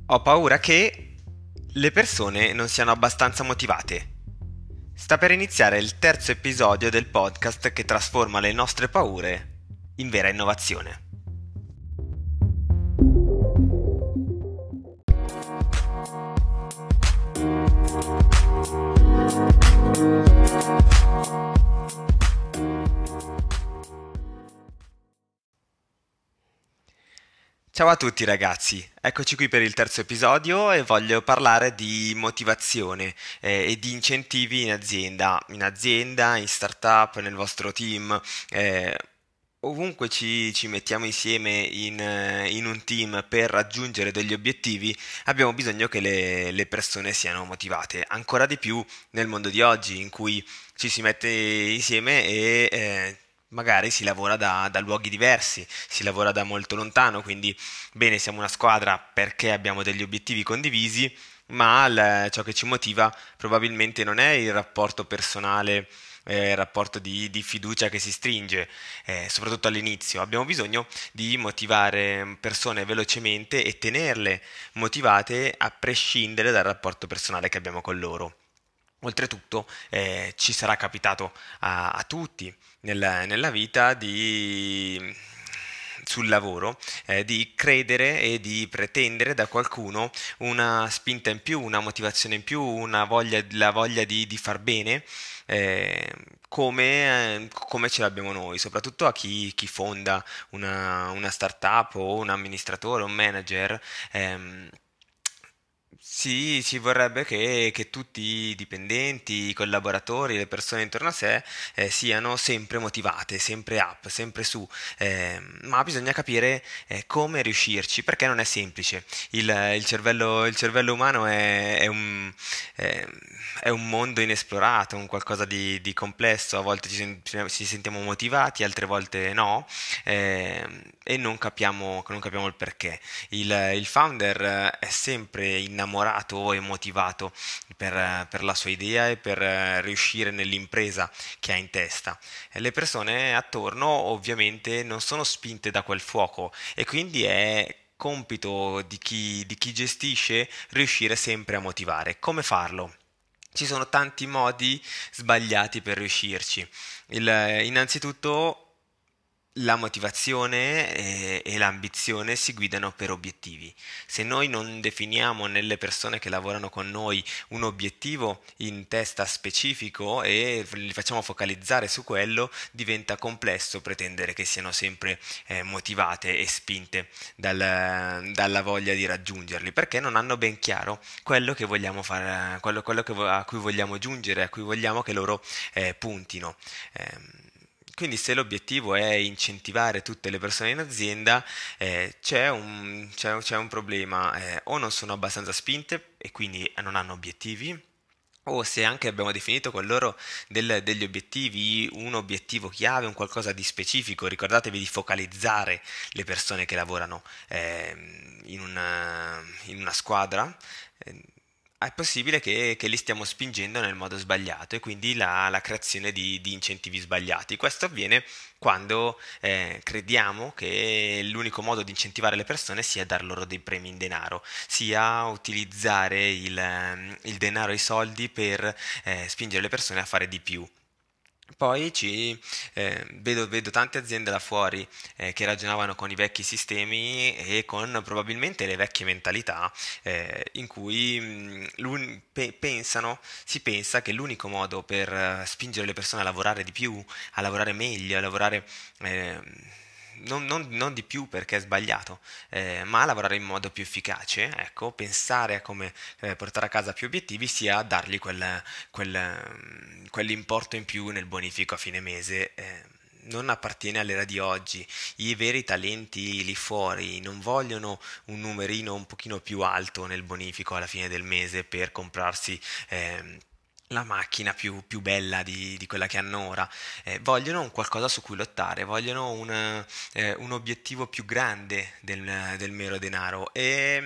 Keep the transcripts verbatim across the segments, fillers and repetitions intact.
Ho paura che le persone non siano abbastanza motivate. Sta per iniziare il terzo episodio del podcast che trasforma le nostre paure in vera innovazione. Ciao a tutti ragazzi, eccoci qui per il terzo episodio e voglio parlare di motivazione eh, e di incentivi in azienda, in azienda, in startup, nel vostro team, eh, ovunque ci, ci mettiamo insieme in, eh, in un team per raggiungere degli obiettivi, abbiamo bisogno che le, le persone siano motivate, ancora di più nel mondo di oggi in cui ci si mette insieme e eh, magari si lavora da, da luoghi diversi, si lavora da molto lontano, quindi bene, siamo una squadra perché abbiamo degli obiettivi condivisi, ma il- ciò che ci motiva probabilmente non è il rapporto personale, eh, il rapporto di, di fiducia che si stringe, eh, soprattutto all'inizio. Abbiamo bisogno di motivare persone velocemente e tenerle motivate a prescindere dal rapporto personale che abbiamo con loro. Oltretutto, eh, ci sarà capitato a, a tutti nella, nella vita di sul lavoro, eh, di credere e di pretendere da qualcuno una spinta in più, una motivazione in più, una voglia, la voglia di, di far bene, eh, come, eh, come ce l'abbiamo noi, soprattutto a chi, chi fonda una, una startup o un amministratore, un manager. ehm, sì, ci vorrebbe che, che tutti i dipendenti, i collaboratori, le persone intorno a sé eh, siano sempre motivate, sempre up, sempre su, eh, ma bisogna capire eh, come riuscirci, perché non è semplice. Il, il cervello, il cervello umano è, è un, è- è un mondo inesplorato, un qualcosa di, di complesso, a volte ci, sen- ci sentiamo motivati, altre volte no, eh, e non capiamo, non capiamo il perché. Il, il founder eh, è sempre innamorato e motivato per, eh, per la sua idea e per eh, riuscire nell'impresa che ha in testa. E le persone attorno ovviamente non sono spinte da quel fuoco e quindi è compito di chi, di chi gestisce riuscire sempre a motivare. Come farlo? Ci sono tanti modi sbagliati per riuscirci. Il- innanzitutto la motivazione e, e l'ambizione si guidano per obiettivi. Se noi non definiamo nelle persone che lavorano con noi un obiettivo in testa specifico e li facciamo focalizzare su quello, diventa complesso pretendere che siano sempre eh, motivate e spinte dal- dalla voglia di raggiungerli, perché non hanno ben chiaro quello che vogliamo fare, quello, quello che vo- a cui vogliamo giungere, a cui vogliamo che loro eh, puntino. Ehm, quindi se l'obiettivo è incentivare tutte le persone in azienda, eh, c'è un, c'è- c'è un problema, eh, o non sono abbastanza spinte e quindi non hanno obiettivi, o se anche abbiamo definito con loro del- degli obiettivi, un obiettivo chiave, un qualcosa di specifico, ricordatevi di focalizzare le persone che lavorano ehm, in una, in una squadra. eh, è possibile che, che li stiamo spingendo nel modo sbagliato e quindi la, la creazione di, di incentivi sbagliati. Questo avviene quando eh, crediamo che l'unico modo di incentivare le persone sia dar loro dei premi in denaro, sia utilizzare il, ehm, il denaro e i soldi per eh, spingere le persone a fare di più. Poi ci, eh, vedo, vedo tante aziende da fuori eh, che ragionavano con i vecchi sistemi e con probabilmente le vecchie mentalità eh, in cui mh, l'un- pe- pensano, si pensa che l'unico modo per eh, spingere le persone a lavorare di più, a lavorare meglio, a lavorare eh, non, non- non di più perché è sbagliato, eh, ma a lavorare in modo più efficace, ecco, pensare a come eh, portare a casa più obiettivi sia dargli quel, quel, mm, quell'importo in più nel bonifico a fine mese. Eh, non appartiene all'era di oggi. I veri talenti lì fuori non vogliono un numerino un pochino più alto nel bonifico alla fine del mese per comprarsi ehm, la macchina più, più bella di, di quella che hanno ora. Eh, vogliono un qualcosa su cui lottare, vogliono un, eh, un obiettivo più grande del, del mero denaro e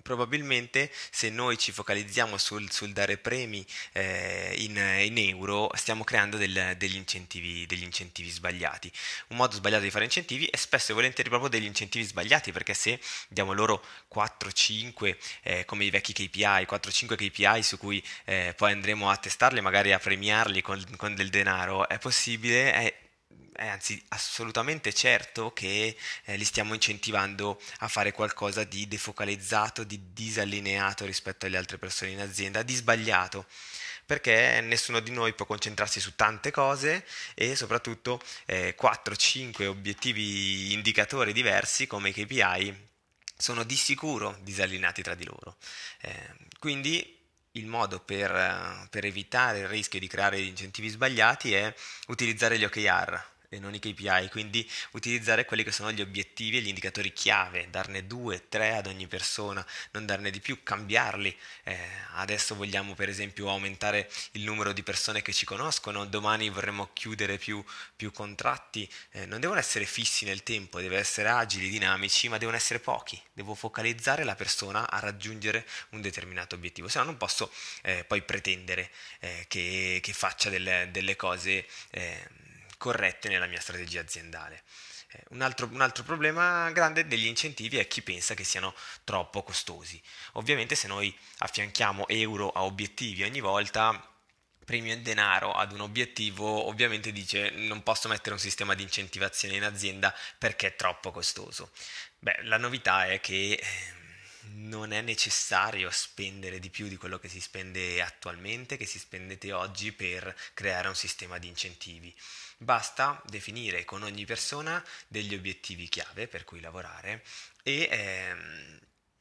Probabilmente se noi ci focalizziamo sul, sul dare premi eh, in, in euro, stiamo creando del- degli incentivi, degli incentivi sbagliati. Un modo sbagliato di fare incentivi è spesso e volentieri proprio degli incentivi sbagliati, perché se diamo loro quattro cinque, eh, come i vecchi K P I, quattro cinque K P I su cui eh, poi andremo a testarli, magari a premiarli con, con del denaro, è possibile, è, è anzi assolutamente certo che eh, li stiamo incentivando a fare qualcosa di defocalizzato, di disallineato rispetto alle altre persone in azienda, di sbagliato, perché nessuno di noi può concentrarsi su tante cose e soprattutto eh, quattro cinque obiettivi indicatori diversi come i K P I sono di sicuro disallineati tra di loro. Eh, quindi il modo per, eh, per evitare il rischio di creare incentivi sbagliati è utilizzare gli O K R e non i K P I, quindi utilizzare quelli che sono gli obiettivi e gli indicatori chiave, darne due, tre ad ogni persona, non darne di più, cambiarli. Eh, adesso vogliamo per esempio aumentare il numero di persone che ci conoscono, domani vorremmo chiudere più, più contratti, eh, non devono essere fissi nel tempo, devono essere agili, dinamici, ma devono essere pochi. Devo focalizzare la persona a raggiungere un determinato obiettivo, se no non posso eh, poi pretendere eh, che, che faccia delle, delle cose eh, corrette nella mia strategia aziendale. Eh, Un altro, un altro problema grande degli incentivi è chi pensa che siano troppo costosi. Ovviamente se noi affianchiamo euro a obiettivi ogni volta, premio in denaro ad un obiettivo, ovviamente dice non posso mettere un sistema di incentivazione in azienda perché è troppo costoso. Beh, la novità è che eh, non è necessario spendere di più di quello che si spende attualmente, che si spendete oggi per creare un sistema di incentivi. Basta definire con ogni persona degli obiettivi chiave per cui lavorare e ehm,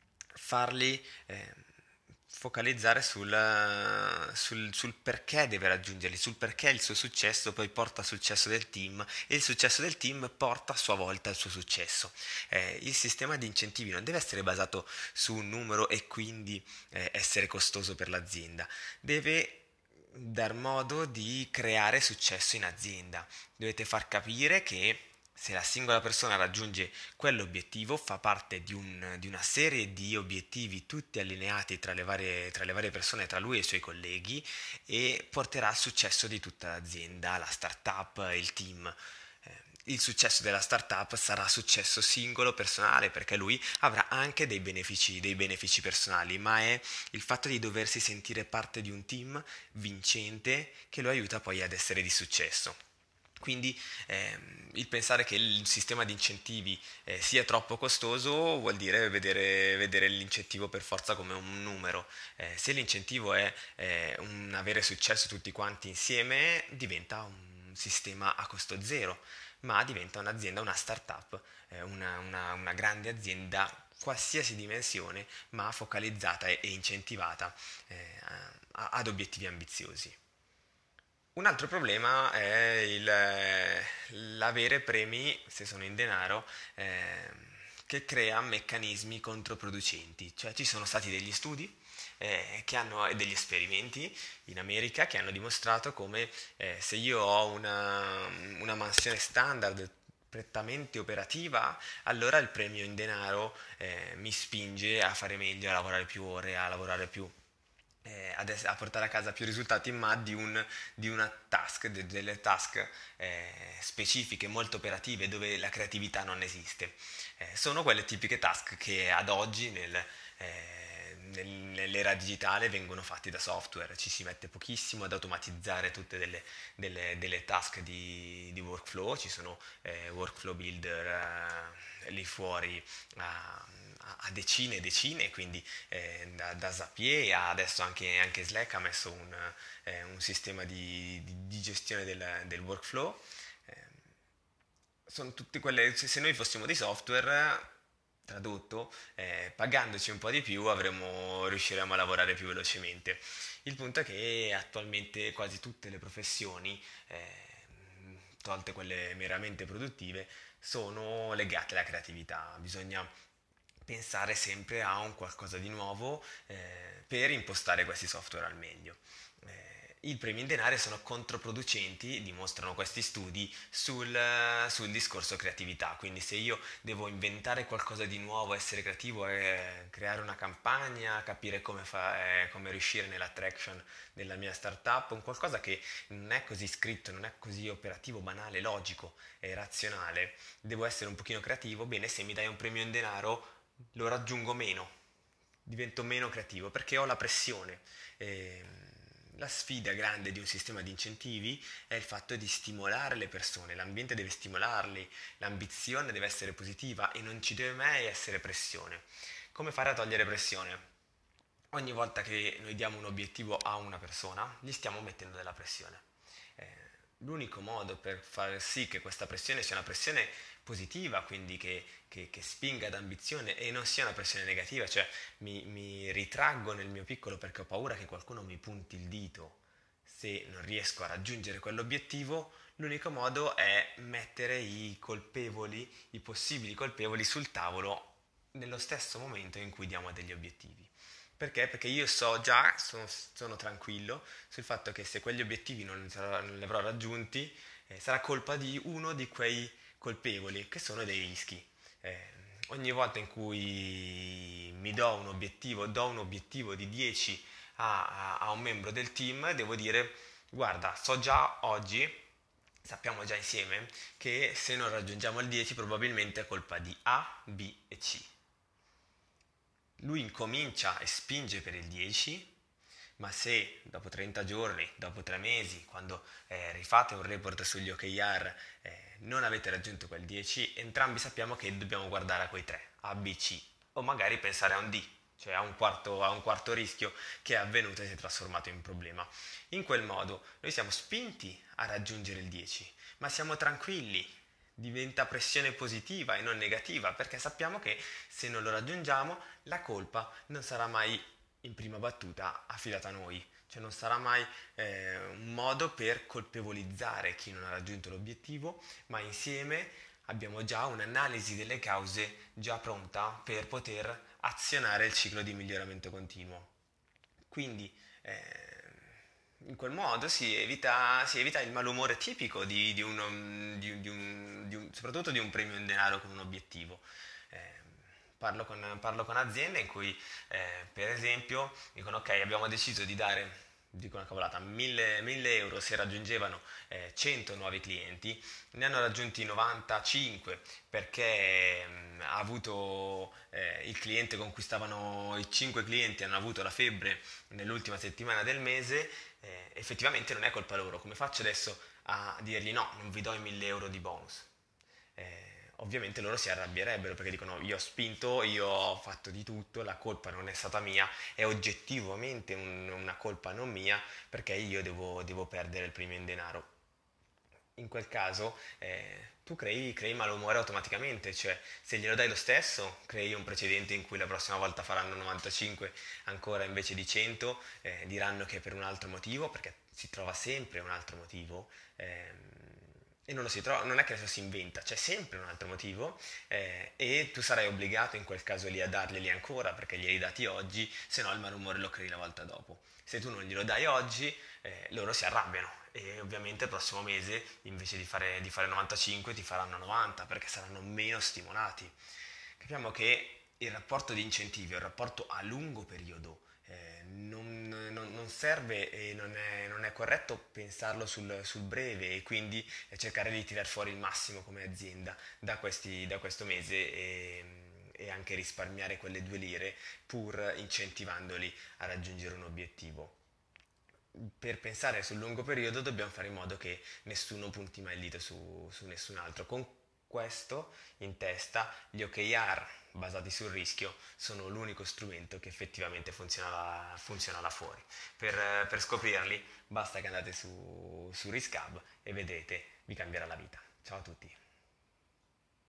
farli ehm, focalizzare sul, sul, sul perché deve raggiungerli, sul perché il suo successo poi porta al successo del team e il successo del team porta a sua volta al suo successo. Eh, il sistema di incentivi non deve essere basato su un numero e quindi eh, essere costoso per l'azienda, deve dar modo di creare successo in azienda. Dovete far capire che se la singola persona raggiunge quell'obiettivo fa parte di, un, di una serie di obiettivi tutti allineati tra le, varie, tra le varie persone, tra lui e i suoi colleghi e porterà al successo di tutta l'azienda, la startup, il team. Eh, Il successo della startup sarà successo singolo, personale, perché lui avrà anche dei benefici, dei benefici personali, ma è il fatto di doversi sentire parte di un team vincente che lo aiuta poi ad essere di successo. Quindi ehm, il pensare che il sistema di incentivi eh, sia troppo costoso vuol dire vedere, vedere l'incentivo per forza come un numero. Eh, se l'incentivo è eh, un avere successo tutti quanti insieme, diventa un sistema a costo zero, ma diventa un'azienda, una startup, eh, una, una, una grande azienda qualsiasi dimensione, ma focalizzata e, e incentivata eh, a- ad obiettivi ambiziosi. Un altro problema è il, eh, l'avere premi, se sono in denaro, ehm, che crea meccanismi controproducenti. Cioè ci sono stati degli studi eh, che hanno, e degli esperimenti in America che hanno dimostrato come eh, se io ho una, una mansione standard prettamente operativa, allora il premio in denaro eh, mi spinge a fare meglio, a lavorare più ore, a lavorare più eh, ad ess- a portare a casa più risultati, ma di, un, di una task, de- delle task eh, specifiche, molto operative, dove la creatività non esiste. Eh, sono quelle tipiche task che ad oggi nel, eh, nel- nell'era digitale vengono fatti da software, ci si mette pochissimo ad automatizzare tutte delle, delle- delle task di, di workflow, ci sono eh, workflow builder eh, lì fuori a, a decine e decine, quindi eh, da, da Zapier a adesso anche, anche Slack ha messo un, eh, un sistema di, di- di gestione del, del workflow. Eh, sono tutte quelle, se se noi fossimo dei software, tradotto, eh, pagandoci un po' di più avremmo, riusciremmo a lavorare più velocemente. Il punto è che attualmente quasi tutte le professioni, eh, tolte quelle meramente produttive, sono legate alla creatività. Bisogna pensare sempre a un qualcosa di nuovo eh, per impostare questi software al meglio. Eh, i premi in denaro sono controproducenti, dimostrano questi studi, sul, sul discorso creatività. Quindi se io devo inventare qualcosa di nuovo, essere creativo e creare una campagna, capire come, fa, eh, come riuscire nell'attraction della mia startup, un qualcosa che non è così scritto, non è così operativo, banale, logico e razionale, devo essere un pochino creativo, bene, se mi dai un premio in denaro lo raggiungo meno, divento meno creativo perché ho la pressione. Ehm, la sfida grande di un sistema di incentivi è il fatto di stimolare le persone, l'ambiente deve stimolarli, l'ambizione deve essere positiva e non ci deve mai essere pressione. Come fare a togliere pressione? Ogni volta che noi diamo un obiettivo a una persona, gli stiamo mettendo della pressione. Eh, L'unico modo per far sì che questa pressione sia una pressione positiva, quindi che, che, che spinga ad ambizione e non sia una pressione negativa, cioè mi, mi ritraggo nel mio piccolo perché ho paura che qualcuno mi punti il dito se non riesco a raggiungere quell'obiettivo, l'unico modo è mettere i colpevoli, i possibili colpevoli sul tavolo nello stesso momento in cui diamo degli obiettivi. Perché? Perché io so già, sono, sono tranquillo sul fatto che se quegli obiettivi non, sarò, non li avrò raggiunti, eh, sarà colpa di uno di quei colpevoli, che sono dei rischi. Eh, Ogni volta in cui mi do un obiettivo, do un obiettivo di dieci a, a, a un membro del team, devo dire, guarda, so già oggi, sappiamo già insieme, che se non raggiungiamo il dieci probabilmente è colpa di A, B e C. Lui incomincia e spinge per il dieci, ma se dopo trenta giorni, dopo tre mesi, quando eh, rifate un report sugli O K R, eh, non avete raggiunto quel dieci, entrambi sappiamo che dobbiamo guardare a quei tre, A, B, C, o magari pensare a un D, cioè a un quarto, a un quarto rischio che è avvenuto e si è trasformato in problema. In quel modo noi siamo spinti a raggiungere il dieci, ma siamo tranquilli, diventa pressione positiva e non negativa, perché sappiamo che se non lo raggiungiamo la colpa non sarà mai in prima battuta affidata a noi, cioè non sarà mai eh, un modo per colpevolizzare chi non ha raggiunto l'obiettivo, ma insieme abbiamo già un'analisi delle cause già pronta per poter azionare il ciclo di miglioramento continuo. Quindi eh, in quel modo si evita, si evita il malumore tipico di, di uno, di, di un, di un, soprattutto di un premio in denaro con un obiettivo. Eh, parlo, con, parlo con aziende in cui, eh, per esempio, dicono ok, abbiamo deciso di dare, dico una cavolata, mille euro se raggiungevano eh, cento nuovi clienti, ne hanno raggiunti novantacinque perché mh, ha avuto eh, il cliente con cui stavano i cinque clienti hanno avuto la febbre nell'ultima settimana del mese, eh, effettivamente non è colpa loro. Come faccio adesso a dirgli no, non vi do i mille euro di bonus? Eh, ovviamente loro si arrabbierebbero perché dicono io ho spinto, io ho fatto di tutto, la colpa non è stata mia, è oggettivamente un- una colpa non mia perché io devo, devo perdere il premio in denaro. In quel caso eh, tu crei, crei malumore automaticamente, cioè se glielo dai lo stesso, crei un precedente in cui la prossima volta faranno novantacinque ancora invece di cento, eh, diranno che è per un altro motivo, perché si trova sempre un altro motivo, ehm, e non lo si trova, non è che adesso si inventa, c'è sempre un altro motivo, eh, e tu sarai obbligato in quel caso lì a darglieli ancora perché glieli hai dati oggi, se no il malumore lo crei la volta dopo. Se tu non glielo dai oggi, eh, loro si arrabbiano e ovviamente il prossimo mese invece di fare, di fare novantacinque ti faranno novanta perché saranno meno stimolati. Capiamo che il rapporto di incentivi è un rapporto a lungo periodo, eh, non, non- non serve e non è, non è corretto pensarlo sul, sul breve e quindi cercare di tirar fuori il massimo come azienda da, questi- da questo mese e, e anche risparmiare quelle due lire pur incentivandoli a raggiungere un obiettivo. Per pensare sul lungo periodo dobbiamo fare in modo che nessuno punti mai il dito su, su nessun altro. Con questo in testa gli O K R basati sul rischio sono l'unico strumento che effettivamente funziona là, funziona là fuori. Per, per scoprirli basta che andate su, su RiskHub e vedrete, vi cambierà la vita. Ciao a tutti.